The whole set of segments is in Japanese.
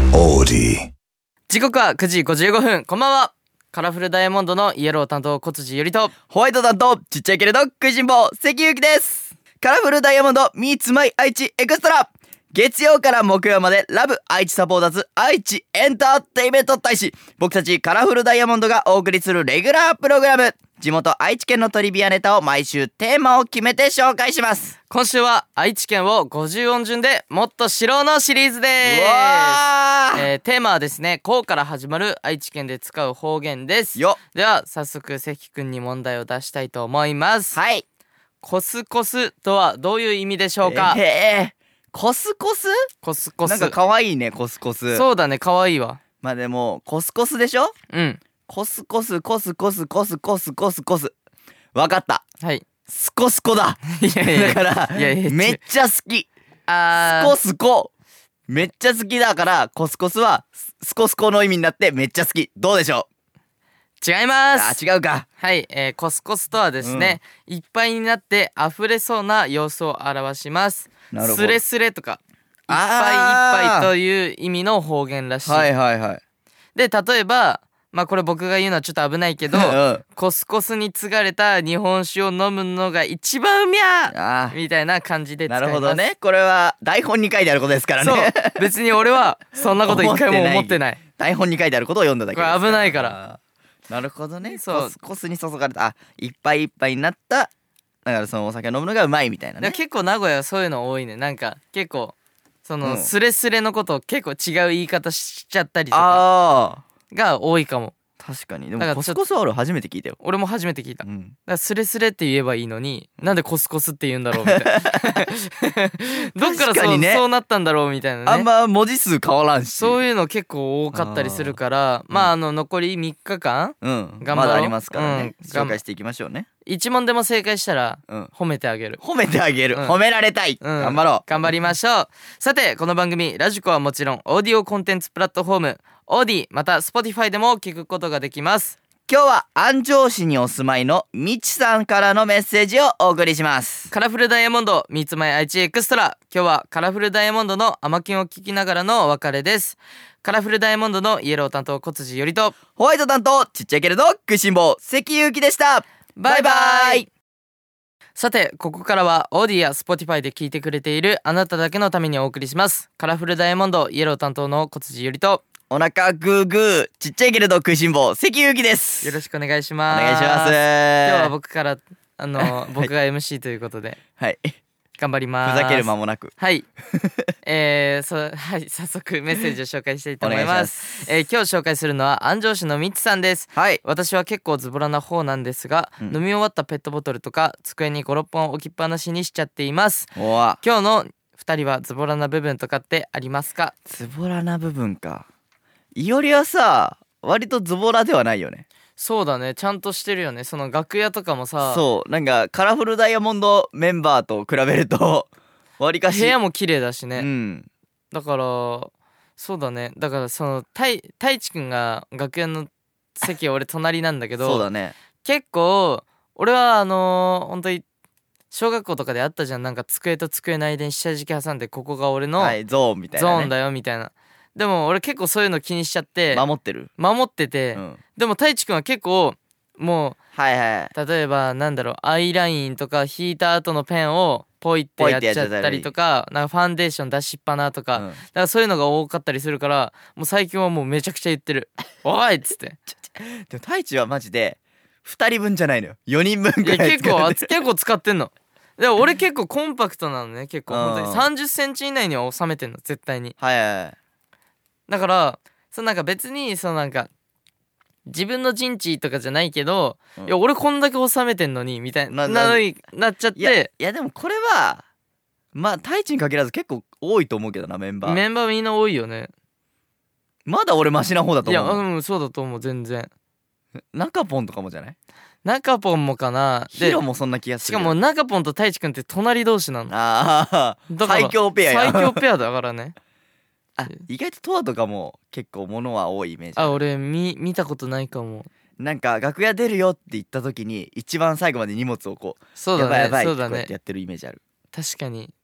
Audi。 時刻は9時55分。こんばんは。カラフルダイヤモンドのイエロー担当小辻ゆりと、 ホワイト担当ちっちゃいけれど食いしん坊関ゆきです。カラフルダイヤモンド Meets My 愛知エクストラ、月曜から木曜までラブ愛知サポーターズ愛知エンターテイメント大使、僕たちカラフルダイヤモンドがお送りするレギュラープログラム。地元愛知県のトリビアネタを毎週テーマを決めて紹介します。 今週は愛知県を50音順でもっと知ろうのシリーズです。 うわー、 テーマはですね、こうから始まる愛知県で使う方言です。 よでは早速関くんに問題を出したいと思います。 はい。 コスコスとはどういう意味でしょうか？ コスコス、 コスコス、 なんか可愛いね。コスコス、 そうだね、可愛いわ。 まあでもコスコスでしょ。 うん、 コスコスコスコスコスコスコスコス、わかった。 はい。 スコスコだ。 いやいやだからいやいやめっちゃ好き。 あスコスコめっちゃ好きだから、コスコスはスコスコの意味になってめっちゃ好き。どうでしょ違いまう？ す。 違うか。 はい、コスコスとはですね、いっぱいになって溢れそうな様子を表します。 なるほど。 スレスレとかいっぱいいっぱいという意味の方言らしい。 はいはいはい。 で、例えばまあこれ僕が言うのはちょっと危ないけどうんコスコスに継がれた日本酒を飲むのが一番うみゃあみたいな感じで使いー、 ます。 なるほどね。これは台本に書いてあることですからね。 そう、別に俺はそんなこと一回も思ってない。 台本に書いてあることを読んだだけですから。 これ危ないから。 あー、なるほどね。 そうコスコスに注がれた、あ、いっぱいいっぱいになった、だからそのお酒を飲むのがうまいみたいなね。 でも結構名古屋はそういうの多いね。なんか結構その、 うんスレスレのことを結構違う言い方しちゃったりとかあが多いかも。 ー、確かに。でもだからコスコスは俺初めて聞いたよ。 俺も初めて聞いた。だかうん。 らスレスレって言えばいいのに、なんでコスコスって言うんだろうみたいな。どっからそう、 確かにねそうなったんだろうみたいなね。 あんま文字数変わらんし。 そういうの結構多かったりするから、まあ残り3日間うん、 頑張ろう。 まだありますからね。 うん紹介していきましょうね。 一問でも正解したらうん。 褒めてあげる。 褒めてあげる。 うん褒められたい。 うん頑張ろ頑張りましょう。さてこの番組ラジコはもちろんオーディオコンテンツプラットフォームオーディまた Spotify でも聞くことができます。 う。今日は安城市にお住まいのみちさんからのメッセージをお送りします。 カラフルダイヤモンド Meets My 愛知エクストラ。今日はカラフルダイヤモンドのアマキュンを聞きながらのお別れです。カラフルダイヤモンドのイエロー担当小辻よりと、 ホワイト担当ちっちゃいけれど食いしん坊関ゆうきでした。 バイバイ。 バイバイ。 さてここからはオーディや Spotify で聞いてくれているあなただけのためにお送りします。カラフルダイヤモンドイエロー担当の小辻よりと、 お腹グーグーちっちゃいけれど食いしん坊関ゆうきです。 よろしくお願いしおます。 願いします。 今日は今僕から僕が MC ということではい、 頑張ります。 ふざける間もなくはいはい、早速メッセージを紹介したいと思います。今日紹介するのは安城市のみつさんです。 はい。 私は結構ズボラな方なんですが、 うん飲み終わったペットボトルとか机に 5,6 本置きっぱなしにしちゃっています。 おわ、 今日の2人はズボラな部分とかってありますか？ ズボラな部分か。いおりはさ、割とズボラではないよね。 そうだね、ちゃんとしてるよね。その楽屋とかもさ、 そう、なんかカラフルダイヤモンドメンバーと比べるとわりかし部屋も綺麗だしね、 うん、 だからそうだね。だからその太一くんが楽屋の席俺隣なんだけどそうだね。 結構俺は本当に小学校とかであったじゃん。なんか机と机の間に下敷き挟んでここが俺のはい、ゾーンみたいな、ね、 ゾーンだよみたいな。でも俺結構そういうの気にしちゃって守ってる。 守ってて、 うん、 でも太一くんは結構もはいはい。 う例えばなんだろう、アイラインとか引いた後のペンをポイってやっちゃったりとか、なんかファンデーション出しっぱなとか、 うん、 だからそういうのが多かったりするから、もう最近はもうめちゃくちゃ言ってるおいっつってでも太一はマジで2人分じゃないのよ。4人分いやぐらい結構使って結構使ってんの。でも俺結構コンパクトなのね。結構うん本当に30センチ以内には収めてんの絶対に。 はいはいはい。 だからなんか別になんか自分の陣地とかじゃないけど、 うんいや俺こんだけ収めてんのにみたいなのになっちゃっいやて、 でもこれはまあ太一に限らず結構多いと思うけどな、メンバー。 メンバーみんな多いよね。 まだ俺マシな方だといや思う。 そうだと思う全然。 中ポンとかもじゃない？ 中ポンもかな。 ヒロもそんな気がするよ。 しかも中ポンと太一くんって隣同士なの。 ああだから最強ペアや。 最強ペアだからね。 あ、意外とトアとかも結構物は多いイメージ。 あ、俺見たことないかも。 なんか楽屋出るよって言った時に一番最後まで荷物をこうそうだねやばいやばいそうだねってこうやってやってるイメージある。 確かに。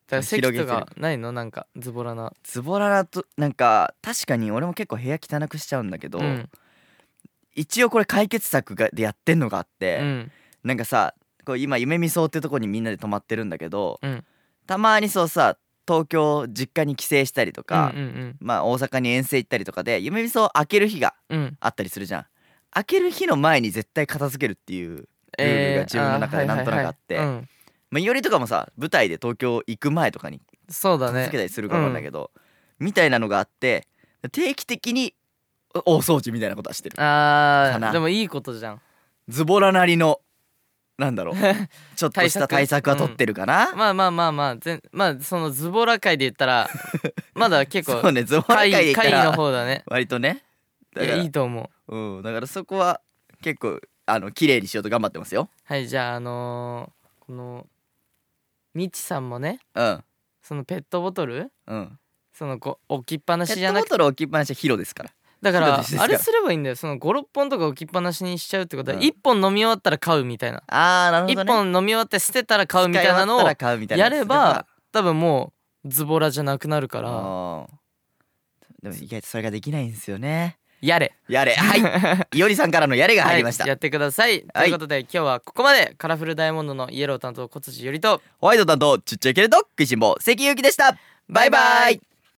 だから席と広げてるかないの？なんかズボラな。 ズボラだとなんか確かに俺も結構部屋汚くしちゃうんだけど、 うん一応これ解決策でやってんのがあっうて、 んなんかさこう今夢見荘ってとこにみんなで泊まってるんだけど、 うんたまにそうさ東京実家に帰省したりとか、 うんまあ大阪に遠征行ったりとかで夢見荘開ける日がうんあったりするじゃん。開ける日の前に絶対片付けるっていうルールが自分の中でなんとなくあって、 うんまあいおりとかもさ舞台で東京行く前とかにそうだね片付けたりするかもなんだけど、みたいなのがあって定期的に大掃除みたいなことはしてる。かなでもいいことじゃん。 ズボラなりのなんだろうちょっとした対策は取ってるかな、 まあまあそのズボラ界で言ったらまだ結構そうねズボラ界で言った下位のら方だね。 割とねいやいいと思う。 だからそこは結構綺麗にしようと頑張ってますよ。 はいじゃあこのみちさんもねうんそのペットボトルうんその置きっぱなペットボしじゃなくてトル置きっぱなしはヒロですから。 だからヒロですからあれすればいいんだよ。その56本とか置きっぱなしにしちゃうってことはうん 1本飲み終わったら買うみたいな、1 なるほどね。 本飲み終わって捨てたら買うみたいなのを使い終わったら買うみたいなやれば多分もうズボラじゃなくなるからでも意外とそれができないんですよね。 やれやれはいいおりさんからのやれが入りました、 はい、やってください、ということで今日はここまでカラフルダイヤモンドのイエロー担当小辻よりとホワイト担当ちっちゃいけれど食いしん坊関ゆうきでした。バイバイ。